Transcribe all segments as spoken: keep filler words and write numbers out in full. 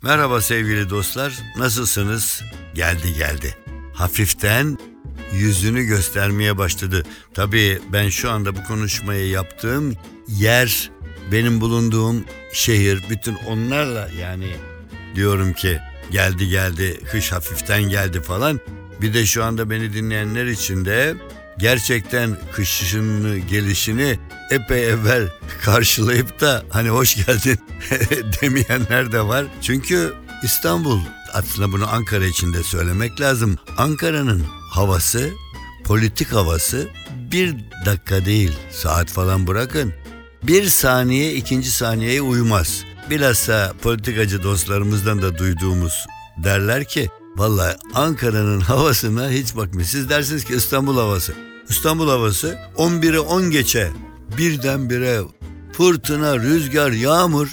Merhaba sevgili dostlar, nasılsınız? Geldi geldi. Hafiften yüzünü göstermeye başladı. Tabii ben şu anda bu konuşmayı yaptığım yer, benim bulunduğum şehir, bütün onlarla yani diyorum ki geldi geldi, kış hafiften geldi falan. Bir de şu anda beni dinleyenler için de gerçekten kışın gelişini epey evvel karşılayıp da hani hoş geldin demeyenler de var. Çünkü İstanbul, aslında bunu Ankara için de söylemek lazım. Ankara'nın havası, politik havası bir dakika değil, saat falan bırakın. Bir saniye ikinci saniyeye uymaz. Bilhassa politikacı dostlarımızdan da duyduğumuz derler ki vallahi Ankara'nın havasına hiç bakmayın. Siz dersiniz ki İstanbul havası. İstanbul havası on bire on geçe birdenbire fırtına, rüzgar, yağmur,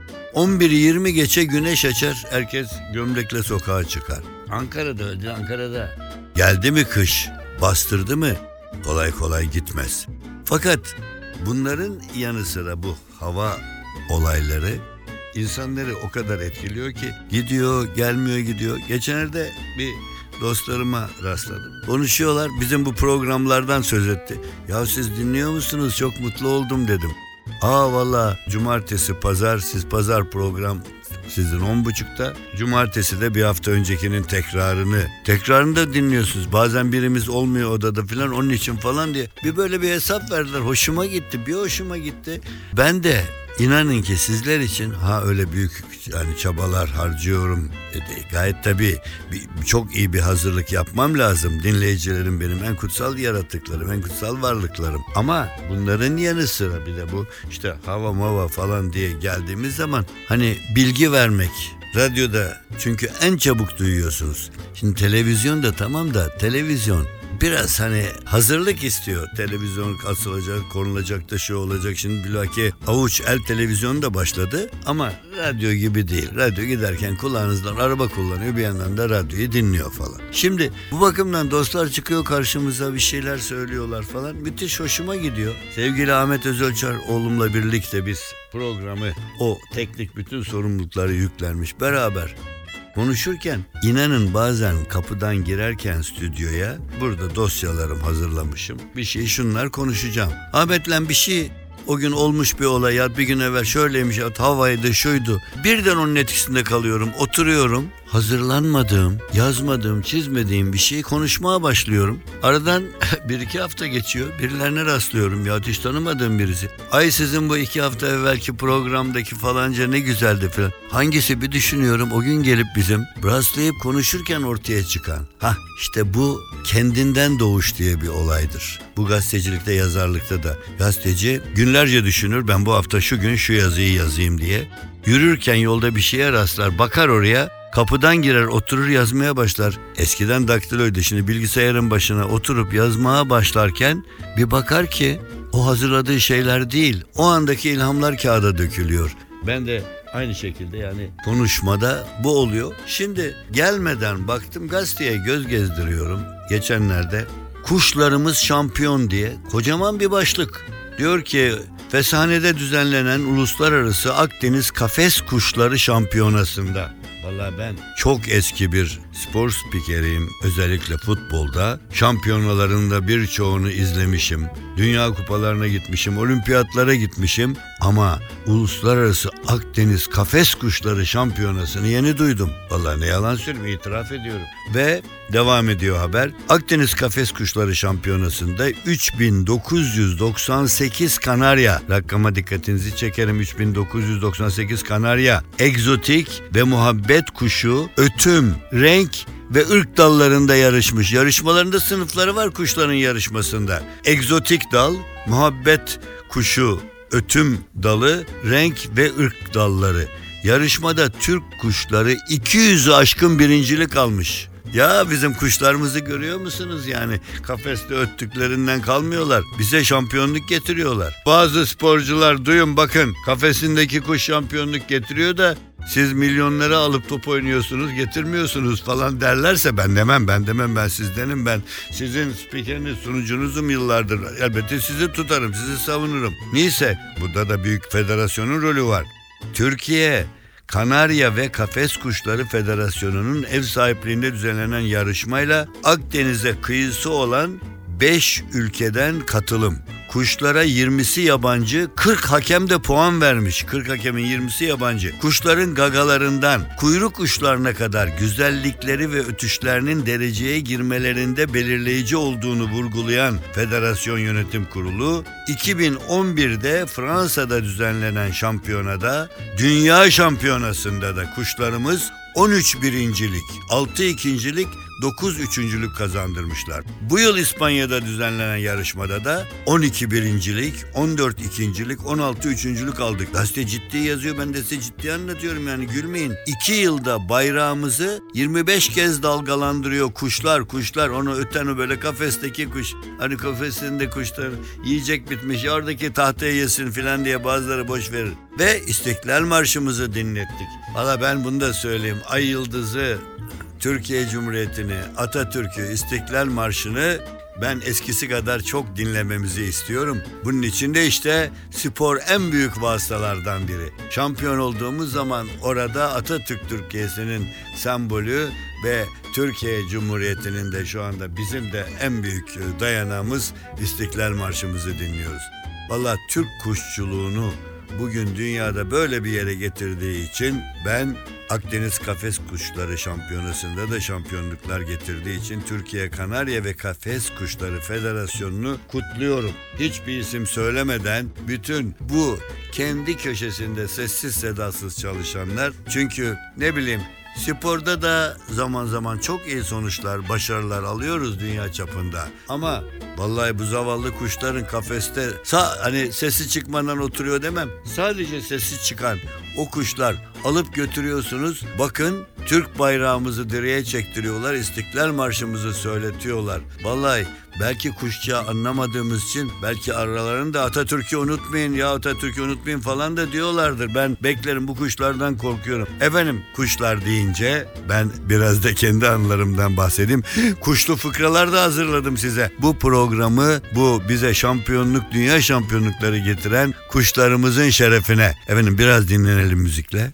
on biri yirmi geçe güneş açar, herkes gömlekle sokağa çıkar. Ankara'da öyle, Ankara'da. Geldi mi kış, bastırdı mı kolay kolay gitmez. Fakat bunların yanı sıra bu hava olayları insanları o kadar etkiliyor ki gidiyor, gelmiyor, gidiyor. Geçenlerde bir dostlarıma rastladım. Konuşuyorlar, bizim bu programlardan söz etti. Ya siz dinliyor musunuz? Çok mutlu oldum dedim. Aa valla cumartesi, pazar, siz pazar program sizin on buçukta. Cumartesi de bir hafta öncekinin tekrarını. Tekrarını da dinliyorsunuz. Bazen birimiz olmuyor odada falan, onun için falan diye. Bir böyle bir hesap verdiler. Hoşuma gitti. Bir hoşuma gitti. Ben de İnanın ki sizler için ha öyle büyük yani çabalar harcıyorum. E, gayet tabii bir, çok iyi bir hazırlık yapmam lazım. Dinleyicilerim benim en kutsal yaratıklarım, en kutsal varlıklarım. Ama bunların yanı sıra bir de bu işte hava mava falan diye geldiğimiz zaman hani bilgi vermek. Radyoda çünkü en çabuk duyuyorsunuz. Şimdi televizyon da tamam da televizyon biraz hani hazırlık istiyor. Televizyon asılacak, konulacak da şey olacak. Şimdi bilaki avuç el televizyonu da başladı ama radyo gibi değil. Radyo giderken kulağınızdan araba kullanıyor, bir yandan da radyoyu dinliyor falan. Şimdi bu bakımdan dostlar çıkıyor karşımıza, bir şeyler söylüyorlar falan. Müthiş hoşuma gidiyor. Sevgili Ahmet Özölçer oğlumla birlikte biz programı, o teknik bütün sorumlulukları yüklenmiş beraber konuşurken inanın bazen kapıdan girerken stüdyoya burada dosyalarım hazırlamışım. Bir şey şunlar konuşacağım. Ahmet'le bir şey o gün olmuş bir olay ya bir gün evvel şöyleymiş ya havaydı şuydu. Birden onun etkisinde kalıyorum, oturuyorum. Hazırlanmadığım, yazmadığım, çizmediğim bir şeyi konuşmaya başlıyorum. Aradan bir iki hafta geçiyor. Birilerine rastlıyorum ya hiç tanımadığım birisi. Ay sizin bu iki hafta evvelki programdaki falanca ne güzeldi falan. Hangisi bir düşünüyorum, o gün gelip bizim rastlayıp konuşurken ortaya çıkan. Hah işte bu kendinden doğuş diye bir olaydır. Bu gazetecilikte, yazarlıkta da. Gazeteci günlerce düşünür, ben bu hafta şu gün şu yazıyı yazayım diye. Yürürken yolda bir şeye rastlar, bakar oraya. Kapıdan girer, oturur yazmaya başlar. Eskiden daktiloydu, şimdi bilgisayarın başına oturup yazmaya başlarken bir bakar ki o hazırladığı şeyler değil, o andaki ilhamlar kağıda dökülüyor. Ben de aynı şekilde yani konuşmada bu oluyor. Şimdi gelmeden baktım gazeteye, göz gezdiriyorum. Geçenlerde kuşlarımız şampiyon diye kocaman bir başlık. Diyor ki Feshane'de düzenlenen Uluslararası Akdeniz Kafes Kuşları Şampiyonası'nda. Vallahi ben çok eski bir spor spikeriyim. Özellikle futbolda. Şampiyonalarında birçoğunu izlemişim. Dünya kupalarına gitmişim. Olimpiyatlara gitmişim. Ama Uluslararası Akdeniz Kafes Kuşları Şampiyonası'nı yeni duydum. Vallahi ne yalan söyleyeyim, itiraf ediyorum. Ve devam ediyor haber. Akdeniz Kafes Kuşları Şampiyonası'nda üç bin dokuz yüz doksan sekiz kanarya, rakama dikkatinizi çekerim, üç bin dokuz yüz doksan sekiz kanarya, egzotik ve muhabbet kuşu, ötüm, renk ve ırk dallarında yarışmış. Yarışmalarında sınıfları var kuşların yarışmasında. Egzotik dal, muhabbet kuşu, ötüm dalı, renk ve ırk dalları. Yarışmada Türk kuşları iki yüzü aşkın birincilik almış. Ya bizim kuşlarımızı görüyor musunuz yani? Kafeste öttüklerinden kalmıyorlar. Bize şampiyonluk getiriyorlar. Bazı sporcular duyun bakın, kafesindeki kuş şampiyonluk getiriyor da siz milyonları alıp top oynuyorsunuz, getirmiyorsunuz falan derlerse ben demem, ben demem, ben sizdenim, ben sizin spikeriniz, sunucunuzum yıllardır. Elbette sizi tutarım, sizi savunurum. Neyse, burada da büyük federasyonun rolü var. Türkiye Kanarya ve Kafes Kuşları Federasyonu'nun ev sahipliğinde düzenlenen yarışmayla Akdeniz'e kıyısı olan beş ülkeden katılım. Kuşlara yirmisi yabancı, kırk hakem de puan vermiş. kırk hakemin yirmisi yabancı. Kuşların gagalarından kuyruk uçlarına kadar güzellikleri ve ötüşlerinin dereceye girmelerinde belirleyici olduğunu vurgulayan Federasyon Yönetim Kurulu, iki bin on birde Fransa'da düzenlenen şampiyonada, Dünya Şampiyonası'nda da kuşlarımız on üç birincilik, altı ikincilik, dokuz üçüncülük kazandırmışlar. Bu yıl İspanya'da düzenlenen yarışmada da on iki birincilik, on dört ikincilik, on altı üçüncülük aldık. Gazete ciddi yazıyor, ben de size ciddi anlatıyorum, yani gülmeyin. iki yılda bayrağımızı yirmi beş kez dalgalandırıyor kuşlar, kuşlar. Onu öten o böyle kafesteki kuş. Hani kafesinde kuşlar yiyecek bitmiş, ya oradaki tahtaya yesin filan diye bazıları boş verir. Ve İstiklal Marşımızı dinlettik. Valla ben bunu da söyleyeyim. Ay Yıldızı, Türkiye Cumhuriyeti'ni, Atatürk'ü, İstiklal Marşı'nı ben eskisi kadar çok dinlememizi istiyorum. Bunun için de işte spor en büyük vasıtalardan biri. Şampiyon olduğumuz zaman orada Atatürk Türkiye'sinin sembolü ve Türkiye Cumhuriyeti'nin de şu anda bizim de en büyük dayanağımız İstiklal Marşımızı dinliyoruz. Vallahi Türk kuşçuluğunu bugün dünyada böyle bir yere getirdiği için ben Akdeniz Kafes Kuşları Şampiyonası'nda da şampiyonluklar getirdiği için Türkiye Kanarya ve Kafes Kuşları Federasyonu'nu kutluyorum. Hiçbir isim söylemeden bütün bu kendi köşesinde sessiz sedasız çalışanlar, çünkü ne bileyim sporda da zaman zaman çok iyi sonuçlar, başarılar alıyoruz dünya çapında. Ama vallahi bu zavallı kuşların kafeste sa hani sesi çıkmadan oturuyor demem. Sadece sesi çıkan o kuşlar alıp götürüyorsunuz. Bakın Türk bayrağımızı direğe çektiriyorlar, İstiklal Marşımızı söyletiyorlar. Vallahi belki kuşça anlamadığımız için belki aralarında Atatürk'ü unutmayın ya Atatürk'ü unutmayın falan da diyorlardır. Ben beklerim, bu kuşlardan korkuyorum. Efendim, kuşlar deyince ben biraz da kendi anılarımdan bahsedeyim. Kuşlu fıkralar da hazırladım size. Bu programı, bu bize şampiyonluk, dünya şampiyonlukları getiren kuşlarımızın şerefine. Efendim biraz dinlenelim müzikle.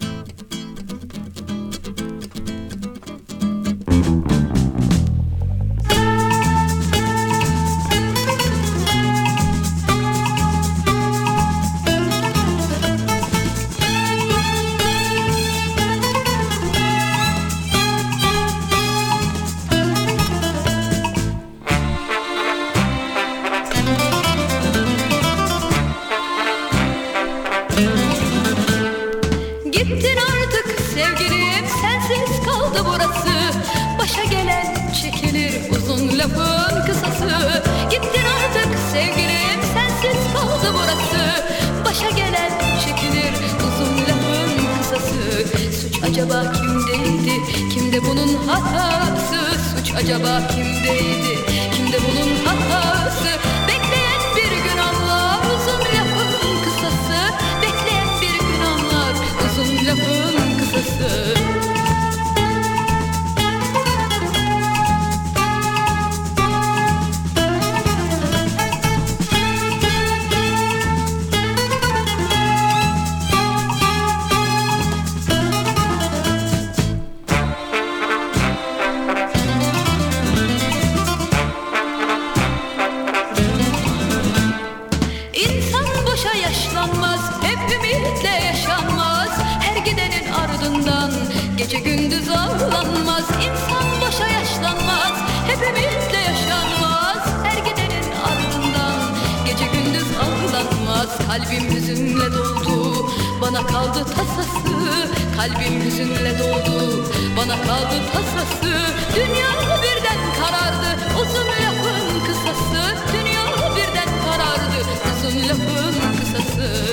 Gittin artık sevgilim, sensiz kaldı burası. Başa gelen çekilir, uzun lafın kısası. Gittin artık sevgilim, sensiz kaldı burası. Başa gelen çekilir, uzun lafın kısası. Suç acaba kimdeydi, kimde bunun hatası? Suç acaba kimdeydi, kimde bunun hatası? Bekleyen bir gün anlar, uzun lafın kısası. Bekleyen bir gün anlar, uzun lafın kısası. İnsan boşa yaşlanmaz, hep ümitle yaşanmaz. Her gidenin ardından gece gündüz ağlanmaz. İnsan boşa yaşlanmaz, hep ümitle yaşanmaz. Her gidenin ardından gece gündüz ağlanmaz. Kalbim hüzünle doldu, bana kaldı tasası. Kalbim hüzünle doldu, bana kaldı tasası. Dünya birden karardı, uzun lafın kısası. Dünya birden karardı, uzun lafın kısası.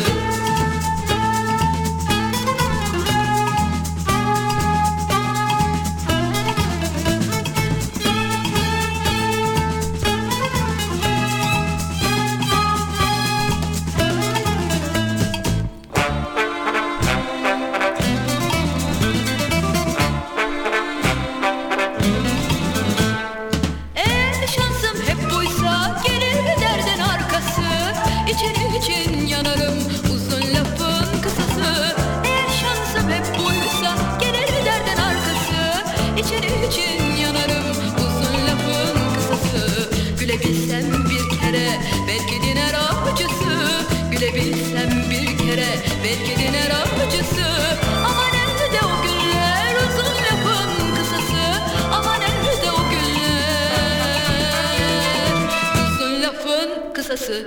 Eğer şansım hep buysa gelir derdin arkası. İçin için yanarım, uzun lafın kısası. Eğer şansım hep buysa yasası.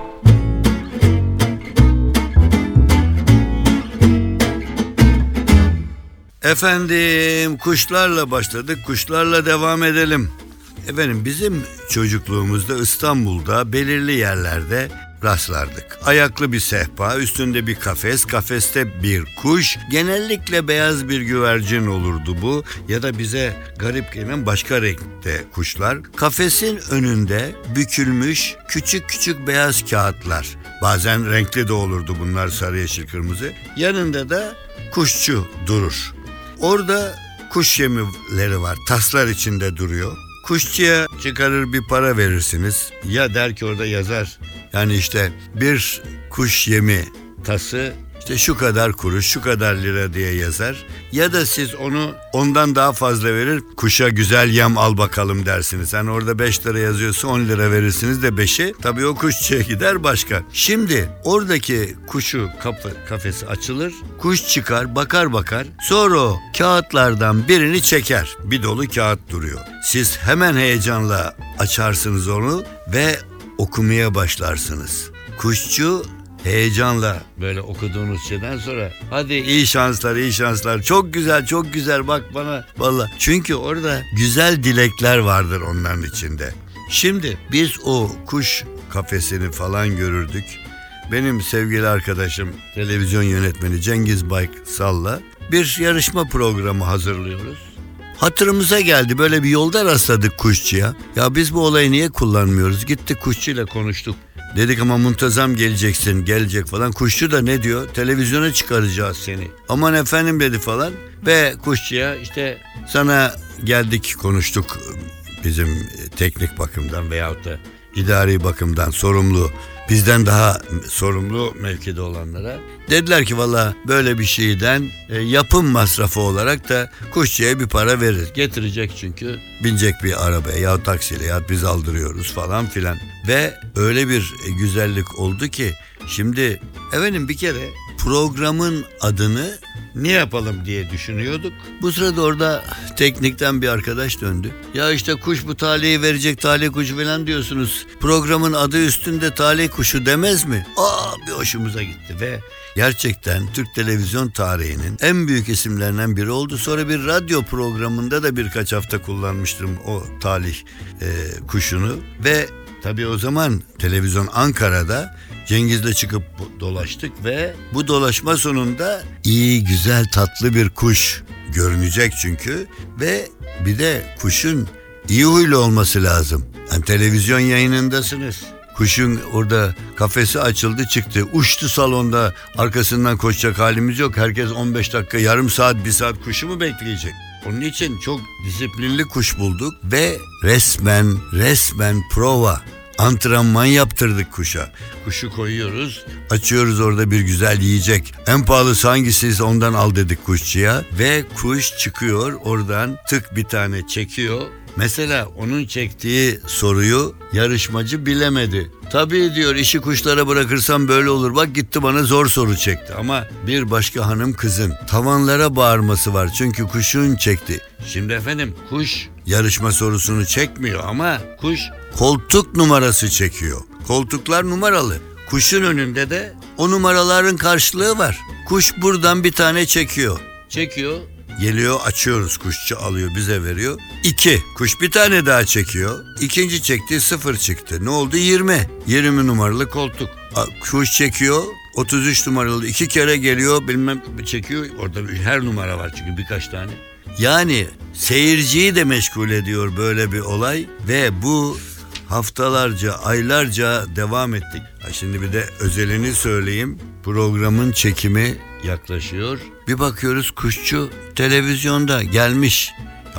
Efendim, kuşlarla başladık, kuşlarla devam edelim. Efendim, bizim çocukluğumuzda İstanbul'da belirli yerlerde rastlardık. Ayaklı bir sehpa, üstünde bir kafes, kafeste bir kuş, genellikle beyaz bir güvercin olurdu bu ya da bize garip gelen başka renkte kuşlar. Kafesin önünde bükülmüş küçük küçük beyaz kağıtlar. Bazen renkli de olurdu bunlar, sarı, yeşil, kırmızı. Yanında da kuşçu durur. Orada kuş yemleri var, taslar içinde duruyor. Kuşçuya çıkarır bir para verirsiniz. Ya der ki orada yazar. Yani işte bir kuş yemi tası işte şu kadar kuruş, şu kadar lira diye yazar. Ya da siz onu ondan daha fazla verir, kuşa güzel yem al bakalım dersiniz. Yani orada beş lira yazıyorsa on lira verirsiniz de beşi. Tabii o kuşçuya gider başka. Şimdi oradaki kuşu kapı, kafesi açılır. Kuş çıkar, bakar bakar. Sonra o kağıtlardan birini çeker. Bir dolu kağıt duruyor. Siz hemen heyecanla açarsınız onu ve okumaya başlarsınız. Kuşçu heyecanla böyle okuduğunuz şeyden sonra hadi iyi şanslar, iyi şanslar, çok güzel, çok güzel, bak bana vallahi. Çünkü orada güzel dilekler vardır onların içinde. Şimdi biz o kuş kafesini falan görürdük. Benim sevgili arkadaşım televizyon yönetmeni Cengiz Baysal'la bir yarışma programı hazırlıyoruz. Hatırımıza geldi, böyle bir yolda rastladık kuşçuya. Ya biz bu olayı niye kullanmıyoruz? Gittik kuşçuyla konuştuk. Dedik ama muntazam geleceksin, gelecek falan. Kuşçu da ne diyor? Televizyona çıkaracağız seni. Aman efendim dedi falan. Ve kuşçuya işte sana geldik, konuştuk bizim teknik bakımdan veyahut da idari bakımdan sorumlu, bizden daha sorumlu mevkide olanlara. Dediler ki valla böyle bir şeyden e, yapım masrafı olarak da kuşçuya bir para veririz. Getirecek çünkü, binecek bir arabaya ya taksiyle ya biz aldırıyoruz falan filan. Ve öyle bir güzellik oldu ki şimdi efendim bir kere programın adını ne yapalım diye düşünüyorduk. Bu sırada orada teknikten bir arkadaş döndü. Ya işte kuş bu talihi verecek, talih kuşu falan diyorsunuz. Programın adı üstünde talih kuşu demez mi? Aa, bir hoşumuza gitti ve gerçekten Türk televizyon tarihinin en büyük isimlerinden biri oldu. Sonra bir radyo programında da birkaç hafta kullanmıştım o talih e, kuşunu ve tabii o zaman televizyon Ankara'da, Cengiz'le çıkıp dolaştık ve bu dolaşma sonunda iyi, güzel, tatlı bir kuş görünecek çünkü ve bir de kuşun iyi huylu olması lazım. Yani televizyon yayınındasınız. Kuşun orada kafesi açıldı çıktı, uçtu salonda, arkasından koşacak halimiz yok. Herkes on beş dakika, yarım saat, bir saat kuşu mu bekleyecek? Onun için çok disiplinli kuş bulduk ve resmen resmen prova, antrenman yaptırdık kuşa. Kuşu koyuyoruz, açıyoruz, orada bir güzel yiyecek. En pahalısı hangisi ondan al dedik kuşçuya ve kuş çıkıyor oradan, tık bir tane çekiyor. Mesela onun çektiği soruyu yarışmacı bilemedi. Tabii diyor, işi kuşlara bırakırsam böyle olur. Bak gitti bana zor soru çekti. Ama bir başka hanım kızın tavanlara bağırması var. Çünkü kuşun çekti. Şimdi efendim kuş yarışma sorusunu çekmiyor ama kuş koltuk numarası çekiyor. Koltuklar numaralı. Kuşun önünde de o numaraların karşılığı var. Kuş buradan bir tane çekiyor. Çekiyor. Geliyor, açıyoruz, kuşçu alıyor, bize veriyor. İki. Kuş bir tane daha çekiyor. İkinci çekti, sıfır çıktı. Ne oldu? Yirmi. Yirmi numaralı koltuk. Kuş çekiyor. Otuz üç numaralı iki kere geliyor, bilmem çekiyor. Orada her numara var çünkü birkaç tane. Yani seyirciyi de meşgul ediyor böyle bir olay ve bu haftalarca, aylarca devam ettik. Şimdi bir de özelini söyleyeyim. Programın çekimi yaklaşıyor. Bir bakıyoruz kuşçu televizyonda gelmiş.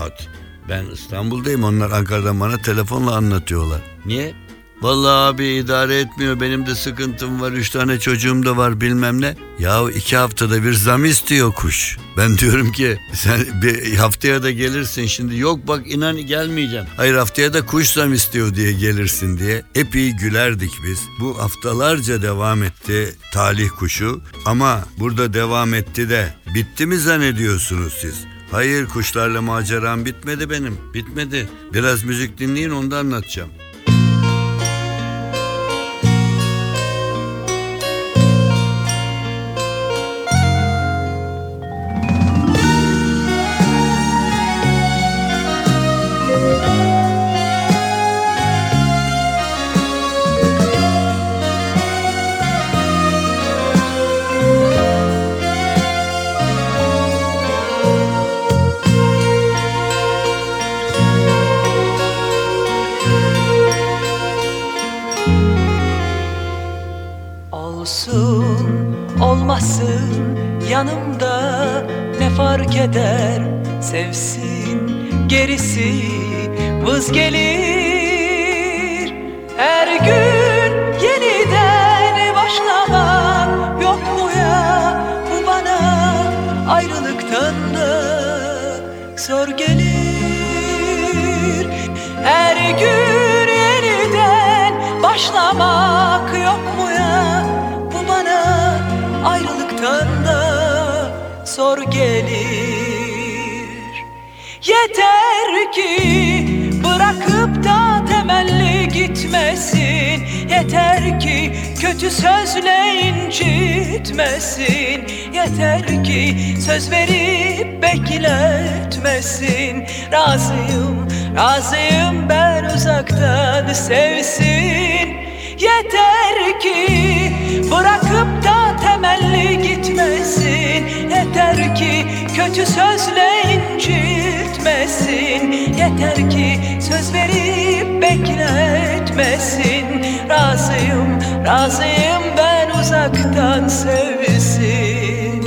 Ben İstanbul'dayım, onlar Ankara'dan bana telefonla anlatıyorlar. Niye? Vallahi abi idare etmiyor, benim de sıkıntım var, üç tane çocuğum da var bilmem ne. Yahu iki haftada bir zam istiyor kuş. Ben diyorum ki sen bir haftaya da gelirsin şimdi. Yok bak inan gelmeyeceğim. Hayır haftaya da kuş zam istiyor diye gelirsin diye. Epey gülerdik biz. Bu haftalarca devam etti talih kuşu. Ama burada devam etti de bitti mi zannediyorsunuz siz? Hayır, kuşlarla maceram bitmedi benim. Bitmedi. Biraz müzik dinleyin, onu da anlatacağım. Olsun olmasın yanımda ne fark eder, sevsin gerisi vız gelir. Her gün yeniden başlamak yok mu ya, bu bana ayrılıktan da zor gelir. Her gün yeniden başlamak yok mu ya, bu bana ayrılıktan da zor gelir. Yeter ki bırakıp da temelli gitmesin, yeter ki kötü sözle incitmesin, yeter ki söz verip bekletmesin. Razıyım, razıyım ben uzaktan sevsin. Yeter ki bırakıp da temelli gitmesin, yeter ki kötü sözle incitmesin, yeter ki söz verip bekletmesin. Razıyım, razıyım ben uzaktan sevsin.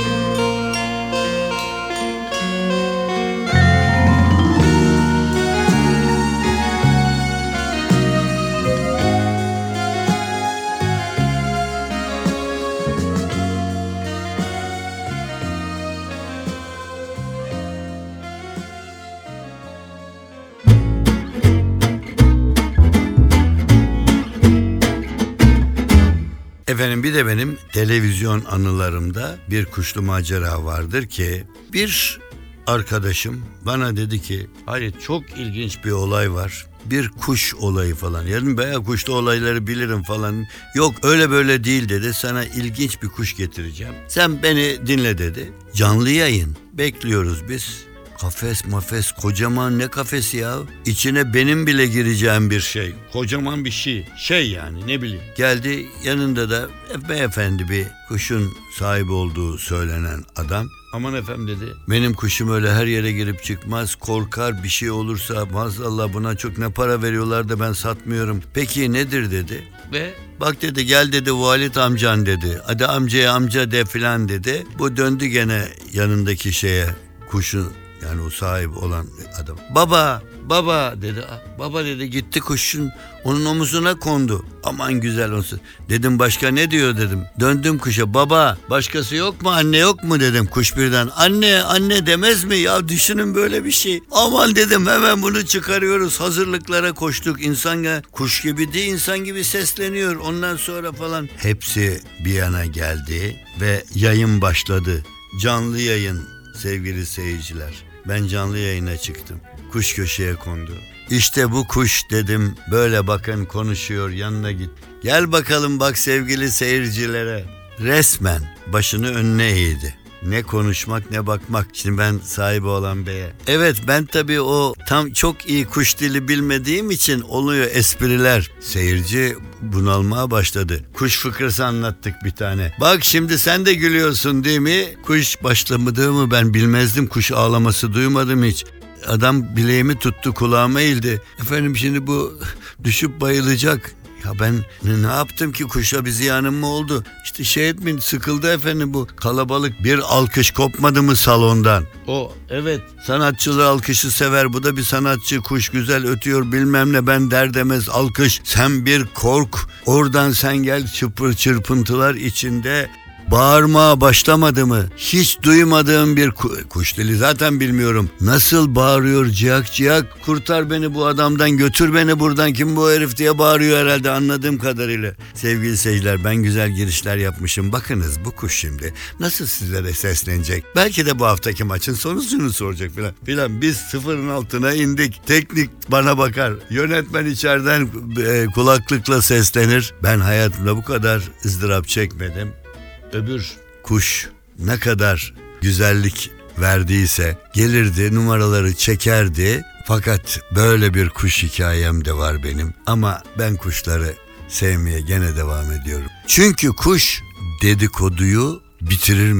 Efendim bir de benim televizyon anılarımda bir kuşlu macera vardır ki bir arkadaşım bana dedi ki Halit çok ilginç bir olay var. Bir kuş olayı falan. Yani bayağı kuşlu olayları bilirim falan. Yok öyle böyle değil dedi. Sana ilginç bir kuş getireceğim. Sen beni dinle dedi. Canlı yayın. Bekliyoruz biz. Kafes mafes kocaman, ne kafesi ya? İçine benim bile gireceğim bir şey. Kocaman bir şey. Şey yani ne bileyim. Geldi, yanında da beyefendi bir kuşun sahibi olduğu söylenen adam. Aman efendim dedi. Benim kuşum öyle her yere girip çıkmaz. Korkar, bir şey olursa maazallah, buna çok ne para veriyorlar da ben satmıyorum. Peki nedir dedi. Ve bak dedi, gel dedi Valit amcan dedi. Hadi amcaya amca de filan dedi. Bu döndü gene yanındaki şeye, kuşun, yani o sahip olan adam. Baba, baba dedi. Baba dedi, gitti kuşun onun omuzuna kondu. Aman güzel olsun. Dedim başka ne diyor dedim. Döndüm kuşa, baba başkası yok mu, anne yok mu dedim. Kuş birden anne anne demez mi ya, düşünün böyle bir şey. Aman dedim, hemen bunu çıkarıyoruz. Hazırlıklara koştuk. İnsan kuş gibi değil, insan gibi sesleniyor. Ondan sonra falan hepsi bir yana geldi ve yayın başladı. Canlı yayın sevgili seyirciler. Ben canlı yayına çıktım. Kuş köşeye kondu. İşte bu kuş dedim, böyle bakın konuşuyor, yanına git. Gel bakalım bak sevgili seyircilere. Resmen başını önüne eğdi. Ne konuşmak ne bakmak. Şimdi ben sahibi olan beye. Evet, ben tabii o tam çok iyi kuş dili bilmediğim için oluyor espriler. Seyirci bunalmaya başladı. Kuş fıkrası anlattık bir tane. Bak şimdi sen de gülüyorsun değil mi? Kuş başlamadığımı ben bilmezdim. Kuş ağlaması duymadım hiç. Adam bileğimi tuttu, kulağıma eğildi. Efendim şimdi bu düşüp bayılacak. Ya ben ne, ne yaptım ki, kuşa bir ziyanım mı oldu? İşte şey etmeyin, sıkıldı efendim bu kalabalık. Bir alkış kopmadı mı salondan? O evet, sanatçılı alkışı sever, bu da bir sanatçı. Kuş güzel ötüyor bilmem ne, ben der demez alkış. Sen bir kork, oradan sen gel, çıpır çırpıntılar içinde. Bağırmaya başlamadı mı? Hiç duymadığım bir ku- kuş dili zaten bilmiyorum. Nasıl bağırıyor, ciyak ciyak, kurtar beni bu adamdan, götür beni buradan, kim bu herif diye bağırıyor herhalde, anladığım kadarıyla. Sevgili seyirciler, ben güzel girişler yapmışım. Bakınız bu kuş şimdi nasıl sizlere seslenecek? Belki de bu haftaki maçın sonucunu soracak filan. Filan biz sıfırın altına indik. Teknik bana bakar. Yönetmen içeriden e, kulaklıkla seslenir. Ben hayatımda bu kadar ızdırap çekmedim. Öbür kuş ne kadar güzellik verdiyse gelirdi, numaraları çekerdi. Fakat böyle bir kuş hikayem de var benim. Ama ben kuşları sevmeye gene devam ediyorum. Çünkü kuş dedikoduyu bitirirmiş.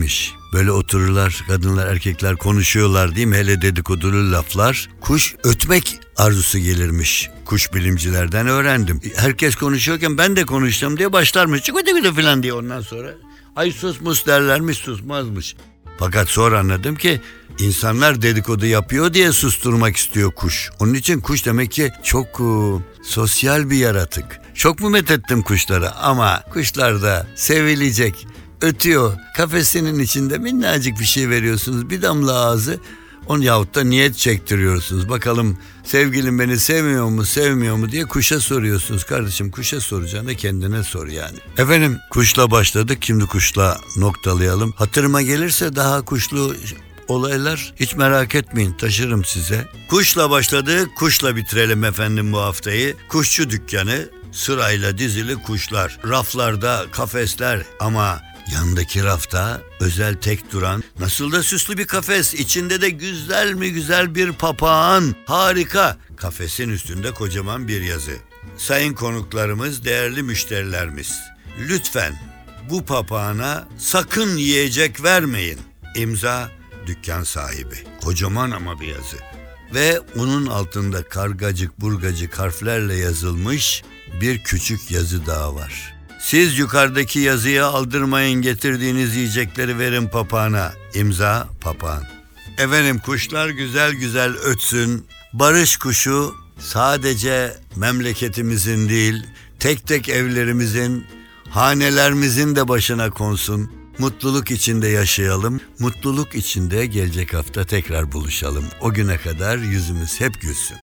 Böyle otururlar, kadınlar erkekler konuşuyorlar değil mi? Hele dedikodulu laflar. Kuş ötmek arzusu gelirmiş. Kuş bilimcilerden öğrendim. Herkes konuşuyorken ben de konuşacağım diye başlarmış. Çıkıdı falan diye ondan sonra. Ay susmuş derlermiş, susmazmış. Fakat sonra anladım ki insanlar dedikodu yapıyor diye susturmak istiyor kuş. Onun için kuş demek ki çok uh, sosyal bir yaratık. Çok mu methettim kuşları ama kuşlar da sevilecek. Ötüyor. Kafesinin içinde minnacık bir şey veriyorsunuz. Bir damla ağzı. On yahut da niyet çektiriyorsunuz. Bakalım sevgilim beni sevmiyor mu sevmiyor mu diye kuşa soruyorsunuz. Kardeşim kuşa soracağına kendine sor yani. Efendim kuşla başladık. Şimdi kuşla noktalayalım. Hatırıma gelirse daha kuşlu olaylar hiç merak etmeyin taşırım size. Kuşla başladık. Kuşla bitirelim efendim bu haftayı. Kuşçu dükkanı. Sırayla dizili kuşlar. Raflarda kafesler ama yandaki rafta özel tek duran nasıl da süslü bir kafes, içinde de güzel mi güzel bir papağan, harika. Kafesin üstünde kocaman bir yazı. Sayın konuklarımız, değerli müşterilerimiz, lütfen bu papağana sakın yiyecek vermeyin. İmza dükkan sahibi. Kocaman ama bir yazı. Ve onun altında kargacık burgacık harflerle yazılmış bir küçük yazı daha var. Siz yukarıdaki yazıyı aldırmayın, getirdiğiniz yiyecekleri verin papağana. İmza papağan. Efendim kuşlar güzel güzel ötsün. Barış kuşu sadece memleketimizin değil, tek tek evlerimizin, hanelerimizin de başına konsun. Mutluluk içinde yaşayalım. Mutluluk içinde gelecek hafta tekrar buluşalım. O güne kadar yüzümüz hep gülsün.